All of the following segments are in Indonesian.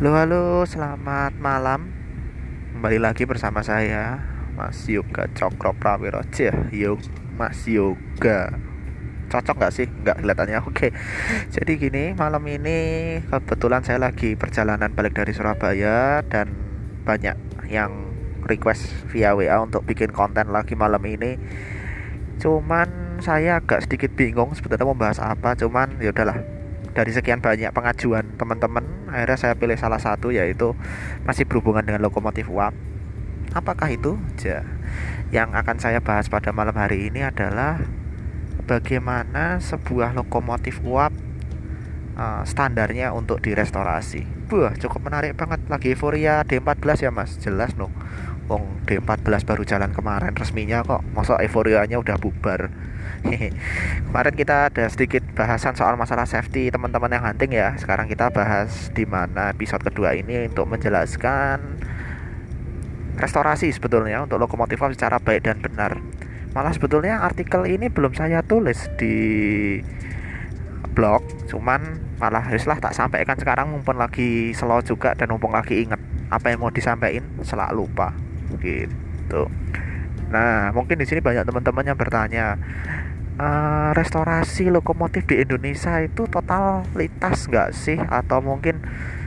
Halo, halo, selamat malam. Kembali lagi bersama saya, Mas Yoga Cokro Prawiroja. Yo, Mas Yoga. Cocok nggak sih? Nggak kelihatannya. Oke. Jadi gini, malam ini kebetulan saya lagi perjalanan balik dari Surabaya dan banyak yang request via WA untuk bikin konten lagi malam ini. Cuman saya agak sedikit bingung sebetulnya mau bahas apa. Cuman ya udahlah, dari sekian banyak pengajuan teman-teman, akhirnya saya pilih salah satu, yaitu masih berhubungan dengan lokomotif uap. Apakah itu? Yang akan saya bahas pada malam hari ini adalah bagaimana sebuah lokomotif uap standarnya untuk direstorasi. Wah, cukup menarik banget. Lagi euforia D14 ya mas, jelas no. Wong D14 baru jalan kemarin resminya kok. Masa euforianya udah bubar. Kemarin kita ada sedikit bahasan soal masalah safety teman-teman yang hunting ya. Sekarang kita bahas di mana episode kedua ini untuk menjelaskan restorasi sebetulnya untuk lokomotif secara baik dan benar. Malah sebetulnya artikel ini belum saya tulis di blog, cuman malah haruslah tak sampaikan sekarang mumpung lagi slow juga dan mumpung lagi inget apa yang mau disampaikan, selalu lupa gitu. Nah, mungkin di sini banyak teman-teman yang bertanya, restorasi lokomotif di Indonesia itu totalitas nggak sih, atau mungkin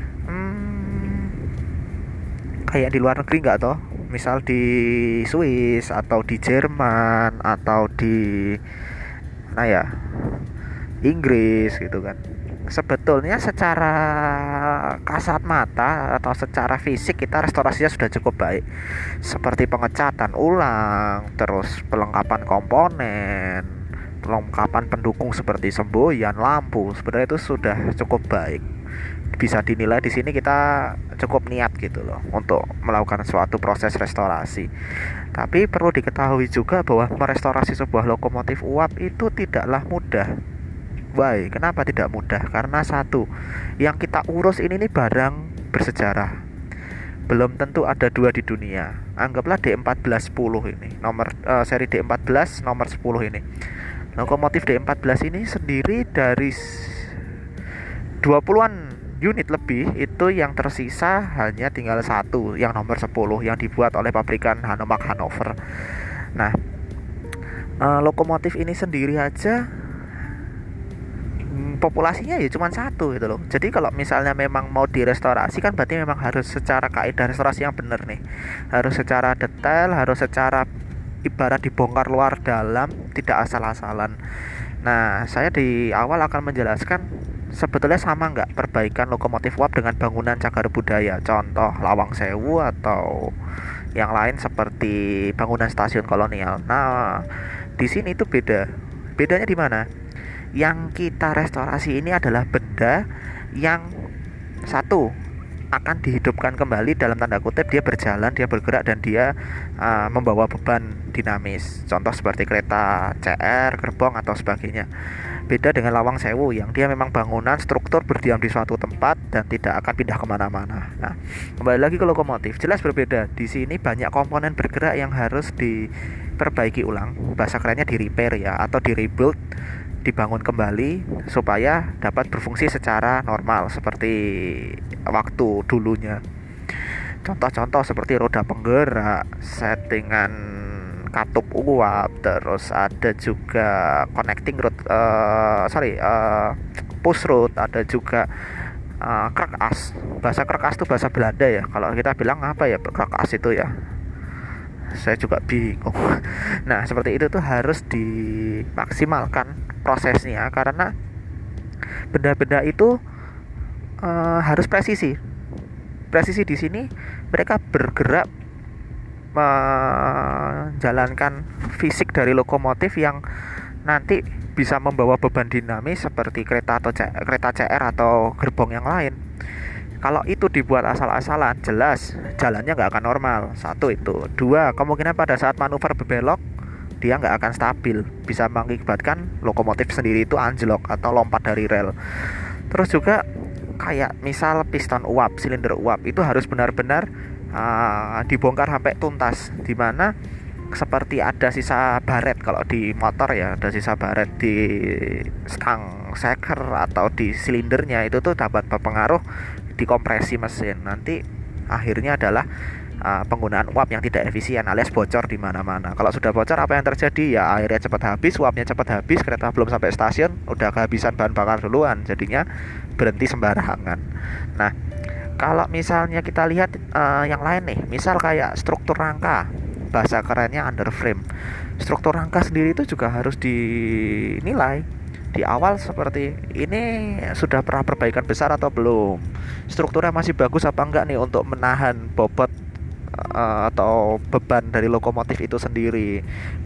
kayak di luar negeri nggak toh, misal di Swiss atau di Jerman atau di mana ya, Inggris gitu kan. Sebetulnya secara kasat mata atau secara fisik kita restorasinya sudah cukup baik, seperti pengecatan ulang, terus pelengkapan komponen, pelengkapan pendukung seperti semboyan, lampu, sebenarnya itu sudah cukup baik. Bisa dinilai di sini kita cukup niat gitu loh untuk melakukan suatu proses restorasi. Tapi perlu diketahui juga bahwa merestorasi sebuah lokomotif uap itu tidaklah mudah. Why? Kenapa tidak mudah? Karena satu, yang kita urus ini nih barang bersejarah. Belum tentu ada dua di dunia. Anggaplah D1410 ini, nomor seri D14 nomor 10 ini. Lokomotif D14 ini sendiri dari 20-an unit lebih, itu yang tersisa hanya tinggal satu, yang nomor 10 yang dibuat oleh pabrikan Hanomag Hanover. Nah, lokomotif ini sendiri aja populasinya ya cuma satu gitu loh. Jadi kalau misalnya memang mau direstorasi kan berarti memang harus secara kaidah restorasi yang benar nih. Harus secara detail, harus secara ibarat dibongkar luar dalam, tidak asal-asalan. Nah, saya di awal akan menjelaskan sebetulnya sama nggak perbaikan lokomotif uap dengan bangunan cagar budaya, contoh Lawang Sewu atau yang lain seperti bangunan stasiun kolonial. Nah, di sini itu beda. Bedanya di mana? Yang kita restorasi ini adalah benda yang satu akan dihidupkan kembali, dalam tanda kutip dia berjalan, dia bergerak, dan dia membawa beban dinamis, contoh seperti kereta CR, gerbong atau sebagainya. Beda dengan Lawang Sewu yang dia memang bangunan struktur berdiam di suatu tempat dan tidak akan pindah kemana-mana. Nah, kembali lagi ke lokomotif, jelas berbeda. Di sini banyak komponen bergerak yang harus diperbaiki ulang, bahasa kerennya di repair ya, atau di rebuild, dibangun kembali supaya dapat berfungsi secara normal seperti waktu dulunya. Contoh-contoh seperti roda penggerak, settingan katup uap, terus ada juga connecting rod, push rod, ada juga krek as. Bahasa krek as itu bahasa Belanda ya. Kalau kita bilang apa ya krek as itu ya, saya juga bingung. Nah, seperti itu tuh harus dimaksimalkan prosesnya, karena benda-benda itu harus presisi. Presisi di sini mereka bergerak menjalankan fisik dari lokomotif yang nanti bisa membawa beban dinamis seperti kereta atau kereta CR atau gerbong yang lain. Kalau itu dibuat asal-asalan, jelas jalannya nggak akan normal. Satu itu. Dua, kemungkinan pada saat manuver berbelok dia nggak akan stabil, bisa mengakibatkan lokomotif sendiri itu anjlok atau lompat dari rel. Terus juga kayak misal piston uap, silinder uap itu harus benar-benar dibongkar sampai tuntas, dimana seperti ada sisa baret kalau di motor ya, ada sisa baret di stang seker atau di silindernya, itu tuh dapat berpengaruh dikompresi mesin. Nanti akhirnya adalah penggunaan uap yang tidak efisien alias bocor di mana-mana. Kalau sudah bocor apa yang terjadi? Ya airnya cepat habis, uapnya cepat habis, kereta belum sampai stasiun udah kehabisan bahan bakar duluan, jadinya berhenti sembarangan. Nah, kalau misalnya kita lihat yang lain nih, misal kayak struktur rangka, bahasa kerennya underframe. Struktur rangka sendiri itu juga harus dinilai di awal, seperti ini sudah pernah perbaikan besar atau belum, strukturnya masih bagus apa enggak nih untuk menahan bobot atau beban dari lokomotif itu sendiri,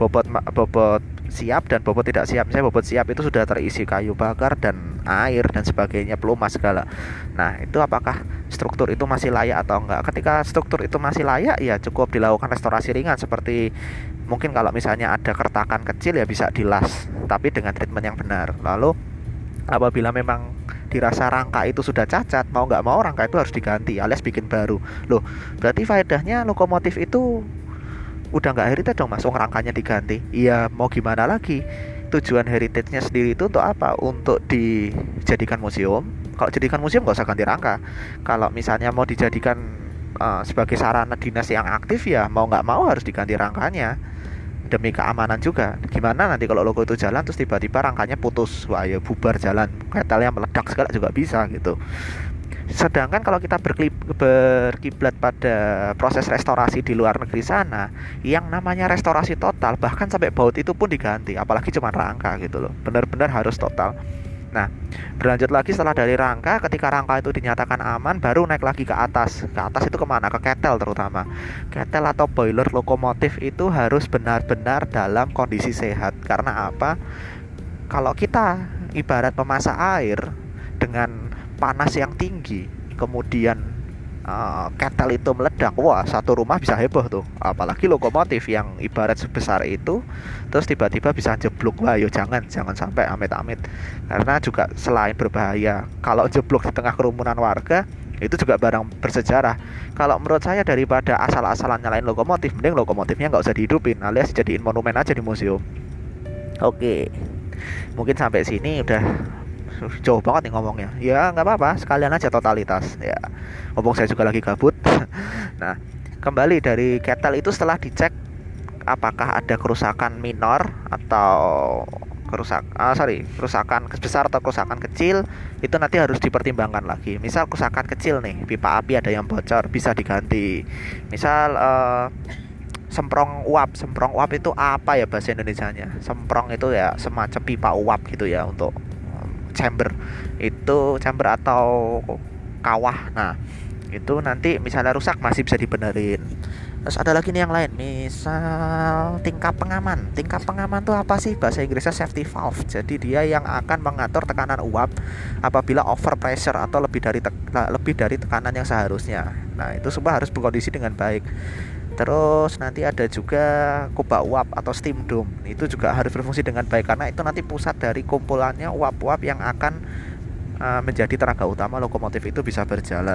bobot siap dan bobot tidak siap. Misalnya bobot siap itu sudah terisi kayu bakar dan air dan sebagainya, pelumas segala. Nah, itu apakah struktur itu masih layak atau enggak? Ketika struktur itu masih layak, ya cukup dilakukan restorasi ringan, seperti mungkin kalau misalnya ada keretakan kecil ya bisa dilas, tapi dengan treatment yang benar. Lalu apabila memang dirasa rangka itu sudah cacat, mau nggak mau rangka itu harus diganti alias bikin baru. Loh, berarti faedahnya lokomotif itu udah nggak heritage dong mas, rangkanya diganti. Iya, mau gimana lagi? Tujuan heritage-nya sendiri itu untuk apa? Untuk dijadikan museum. Kalau jadikan museum nggak usah ganti rangka. Kalau misalnya mau dijadikan sebagai sarana dinas yang aktif, ya mau nggak mau harus diganti rangkanya demi keamanan juga. Gimana nanti kalau logo itu jalan terus tiba-tiba rangkanya putus, wah ya bubar jalan, ketelnya meledak segala juga bisa gitu. Sedangkan kalau kita berkiblat pada proses restorasi di luar negeri sana, yang namanya restorasi total, bahkan sampai baut itu pun diganti, apalagi cuma rangka gitu loh, benar-benar harus total. Nah, berlanjut lagi setelah dari rangka, ketika rangka itu dinyatakan aman, baru naik lagi ke atas. Ke atas itu kemana? Ke ketel terutama. Ketel atau boiler lokomotif itu harus benar-benar dalam kondisi sehat. Karena apa? Kalau kita ibarat memasak air dengan panas yang tinggi, kemudian ketel itu meledak, wah satu rumah bisa heboh tuh. Apalagi lokomotif yang ibarat sebesar itu terus tiba-tiba bisa jeblok, wah yo jangan sampai, amit-amit. Karena juga selain berbahaya, kalau jeblok di tengah kerumunan warga itu juga barang bersejarah. Kalau menurut saya daripada asal-asalan nyalain lokomotif, mending lokomotifnya nggak usah dihidupin alias jadiin monumen aja di museum. Oke, mungkin sampai sini udah jauh banget nih ngomongnya. Ya nggak apa-apa, sekalian aja totalitas ya. Ngomong saya juga lagi gabut. Nah, kembali dari ketel itu setelah dicek apakah ada kerusakan minor atau kerusakan besar atau kerusakan kecil, itu nanti harus dipertimbangkan lagi. Misal kerusakan kecil nih, pipa api ada yang bocor, bisa diganti. Misal semprong uap itu apa ya bahasa Indonesianya? Semprong itu ya semacam pipa uap gitu ya, untuk chamber atau kawah. Nah, itu nanti misalnya rusak masih bisa dibenerin. Terus ada lagi nih yang lain, misal tingkap pengaman tuh apa sih? Bahasa Inggrisnya safety valve. Jadi dia yang akan mengatur tekanan uap apabila over pressure atau lebih dari tekanan yang seharusnya. Nah, itu semua harus berkondisi dengan baik. Terus nanti ada juga kubah uap atau steam dome. Itu juga harus berfungsi dengan baik, karena itu nanti pusat dari kumpulannya uap-uap yang akan menjadi tenaga utama lokomotif itu bisa berjalan.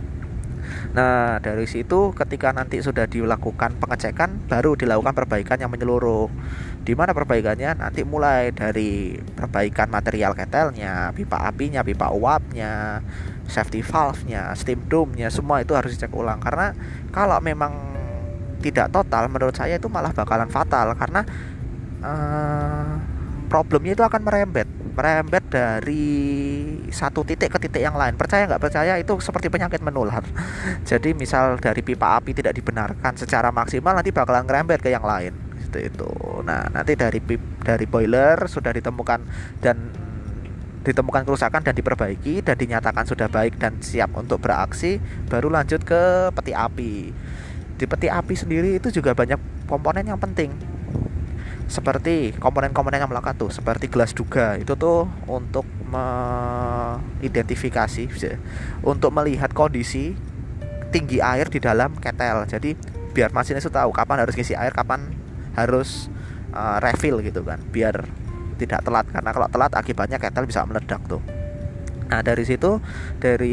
Nah, dari situ ketika nanti sudah dilakukan pengecekan, baru dilakukan perbaikan yang menyeluruh. Di mana perbaikannya? Nanti mulai dari perbaikan material ketelnya, pipa apinya, pipa uapnya, safety valve-nya, steam dome-nya, semua itu harus dicek ulang. Karena kalau memang tidak total, menurut saya itu malah bakalan fatal, karena problemnya itu akan merembet dari satu titik ke titik yang lain. Percaya nggak percaya, itu seperti penyakit menular. Jadi misal dari pipa api tidak dibenarkan secara maksimal, nanti bakalan ngerembet ke yang lain itu. Nah, nanti dari boiler sudah ditemukan kerusakan dan diperbaiki dan dinyatakan sudah baik dan siap untuk beraksi, baru lanjut ke peti api. Di peti api sendiri itu juga banyak komponen yang penting, seperti komponen-komponen yang melekat tuh, seperti gelas duga. Itu tuh untuk mengidentifikasi, untuk melihat kondisi tinggi air di dalam ketel. Jadi biar masinis itu tahu kapan harus ngisi air, kapan harus refill gitu kan, biar tidak telat. Karena kalau telat akibatnya ketel bisa meledak tuh. Nah, dari situ, dari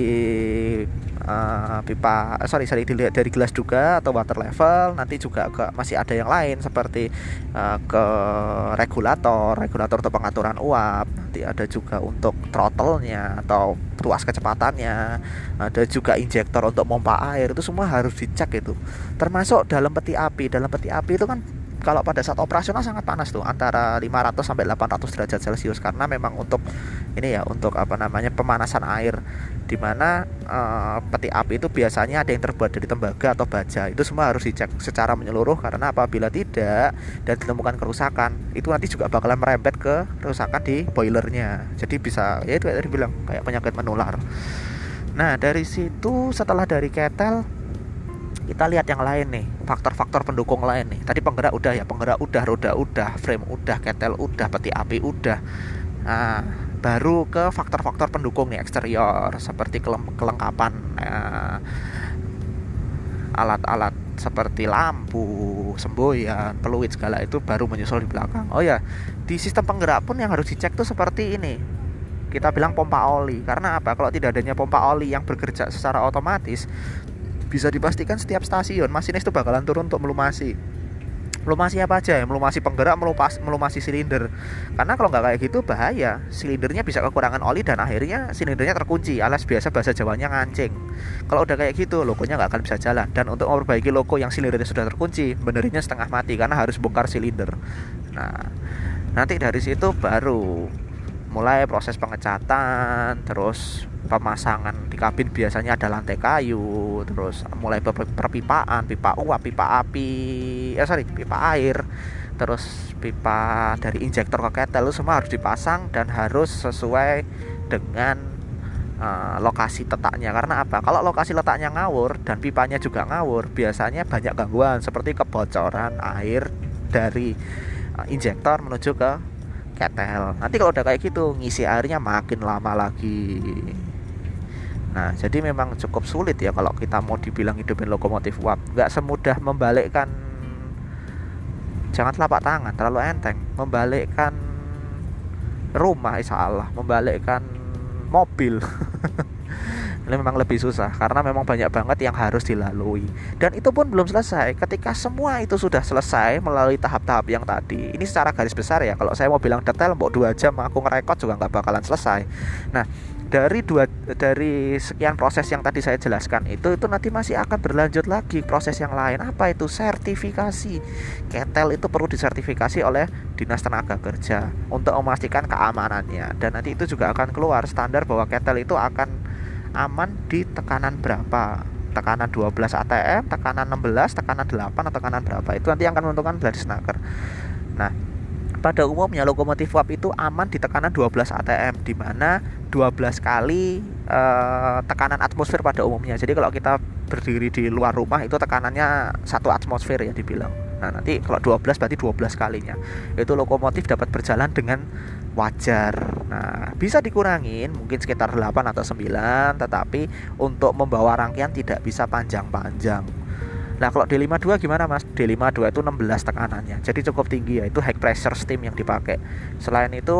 dilihat dari gelas duga atau water level, nanti juga masih ada yang lain seperti ke regulator untuk pengaturan uap. nanti ada juga untuk throttle-nya atau tuas kecepatannya, ada juga injektor untuk pompa air, itu semua harus dicek itu. Termasuk dalam peti api. Dalam peti api itu kan kalau pada saat operasional sangat panas tuh, antara 500 sampai 800 derajat Celcius, karena memang untuk ini ya, untuk apa namanya, pemanasan air, dimana peti api itu biasanya ada yang terbuat dari tembaga atau baja. Itu semua harus dicek secara menyeluruh, karena apabila tidak dan ditemukan kerusakan, itu nanti juga bakalan merembet ke kerusakan di boilernya. Jadi bisa, ya itu kayak tadi bilang, kayak penyakit menular. Nah dari situ, setelah dari ketel, kita lihat yang lain nih, faktor-faktor pendukung lain nih. Tadi penggerak udah ya, penggerak udah, roda udah, frame udah, ketel udah, peti api udah. Nah, baru ke faktor-faktor pendukung nih, eksterior, seperti kelengkapan alat-alat seperti lampu, semboyan, peluit, segala itu baru menyusul di belakang. Oh ya, di sistem penggerak pun yang harus dicek tuh seperti ini. Kita bilang pompa oli. Karena apa? Kalau tidak adanya pompa oli yang bekerja secara otomatis, bisa dipastikan setiap stasiun masinis itu bakalan turun untuk melumasi apa aja ya, melumasi penggerak, melumasi silinder. Karena kalau nggak kayak gitu bahaya, silindernya bisa kekurangan oli dan akhirnya silindernya terkunci, alias biasa bahasa Jawanya ngancing. Kalau udah kayak gitu, lokonya nggak akan bisa jalan. Dan untuk memperbaiki loko yang silindernya sudah terkunci, benerinnya setengah mati karena harus bongkar silinder. Nah nanti dari situ baru mulai proses pengecatan, terus pemasangan di kabin. Biasanya ada lantai kayu, terus mulai perpipaan, pipa uap, pipa api, pipa air, terus pipa dari injektor ke ketel, itu semua harus dipasang dan harus sesuai dengan lokasi letaknya. Karena apa? Kalau lokasi letaknya ngawur dan pipanya juga ngawur, biasanya banyak gangguan seperti kebocoran air dari injektor menuju ke ketel. Nanti kalau udah kayak gitu, ngisi airnya makin lama lagi. Nah jadi memang cukup sulit ya kalau kita mau dibilang hidupin lokomotif uap. Gak semudah membalikkan, jangan telapak tangan, terlalu enteng. Membalikkan rumah, salah, membalikkan mobil. Ini memang lebih susah karena memang banyak banget yang harus dilalui. Dan itu pun belum selesai. Ketika semua itu sudah selesai melalui tahap-tahap yang tadi, ini secara garis besar ya, kalau saya mau bilang detail, mau 2 jam aku ngerekod juga nggak bakalan selesai. Nah dari sekian proses yang tadi saya jelaskan itu nanti masih akan berlanjut lagi proses yang lain. Apa itu? Sertifikasi. Ketel itu perlu disertifikasi oleh Dinas Tenaga Kerja untuk memastikan keamanannya. Dan nanti itu juga akan keluar standar bahwa ketel itu akan aman di tekanan berapa, tekanan 12 atm, tekanan 16, tekanan 8, atau tekanan berapa. Itu nanti akan menentukan Gladys-Naker. Nah pada umumnya lokomotif uap itu aman di tekanan 12 atm, di mana 12 kali tekanan atmosfer pada umumnya. Jadi kalau kita berdiri di luar rumah itu tekanannya 1 atmosfer ya dibilang. Nah nanti kalau 12 berarti 12 kalinya. Itu lokomotif dapat berjalan dengan wajar. Nah bisa dikurangin mungkin sekitar 8 atau 9, tetapi untuk membawa rangkaian tidak bisa panjang-panjang. Nah kalau D52 gimana mas? D52 itu 16 tekanannya, jadi cukup tinggi ya, itu high pressure steam yang dipakai. Selain itu,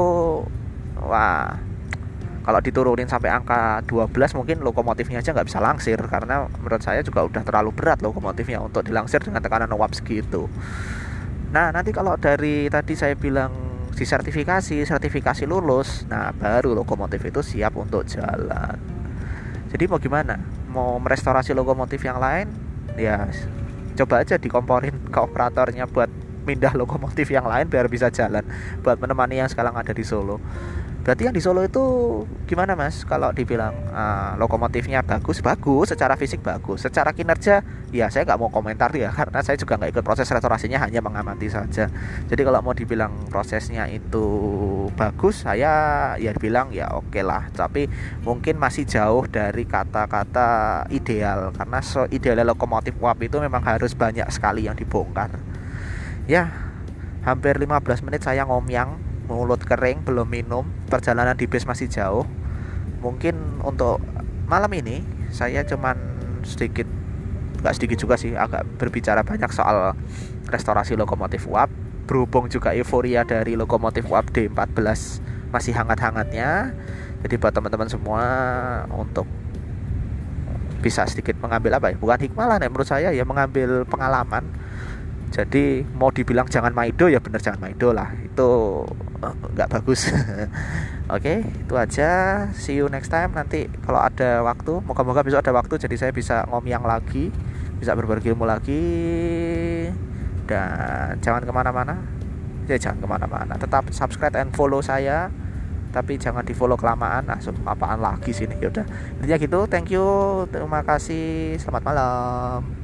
wah, kalau diturunin sampai angka 12 mungkin lokomotifnya aja nggak bisa langsir, karena menurut saya juga udah terlalu berat lokomotifnya untuk dilangsir dengan tekanan uap segitu. Nah nanti kalau dari tadi saya bilang sertifikasi lulus, nah baru lokomotif itu siap untuk jalan. Jadi mau gimana? Mau merestorasi lokomotif yang lain? Ya coba aja dikomporin ke operatornya buat pindah lokomotif yang lain biar bisa jalan, buat menemani yang sekarang ada di Solo. Berarti yang di Solo itu gimana mas? Kalau dibilang lokomotifnya bagus, secara fisik bagus, secara kinerja ya saya nggak mau komentar ya, karena saya juga nggak ikut proses restorasinya, hanya mengamati saja. Jadi kalau mau dibilang prosesnya itu bagus, saya ya bilang ya oke lah, tapi mungkin masih jauh dari kata-kata ideal, karena idealnya lokomotif uap itu memang harus banyak sekali yang dibongkar. Ya hampir 15 menit saya ngomyang, mulut kering, belum minum, perjalanan di bis masih jauh. Mungkin untuk malam ini saya cuman gak sedikit juga sih, agak berbicara banyak soal restorasi lokomotif uap. Berhubung juga euforia dari lokomotif uap D14 masih hangat-hangatnya, jadi buat teman-teman semua untuk bisa sedikit mengambil apa ya, bukan hikmah lah menurut saya ya, mengambil pengalaman. Jadi mau dibilang jangan maido ya bener, jangan maido lah. Itu nggak bagus. Oke, itu aja. See you next time. Nanti kalau ada waktu, moga-moga besok ada waktu, jadi saya bisa ngomyang lagi, bisa berbagi ilmu lagi. Dan jangan kemana-mana. Ya jangan kemana-mana. Tetap subscribe and follow saya. Tapi jangan di follow kelamaan. Nah, apaan lagi sini? Ya udah. Intinya gitu. Thank you. Terima kasih. Selamat malam.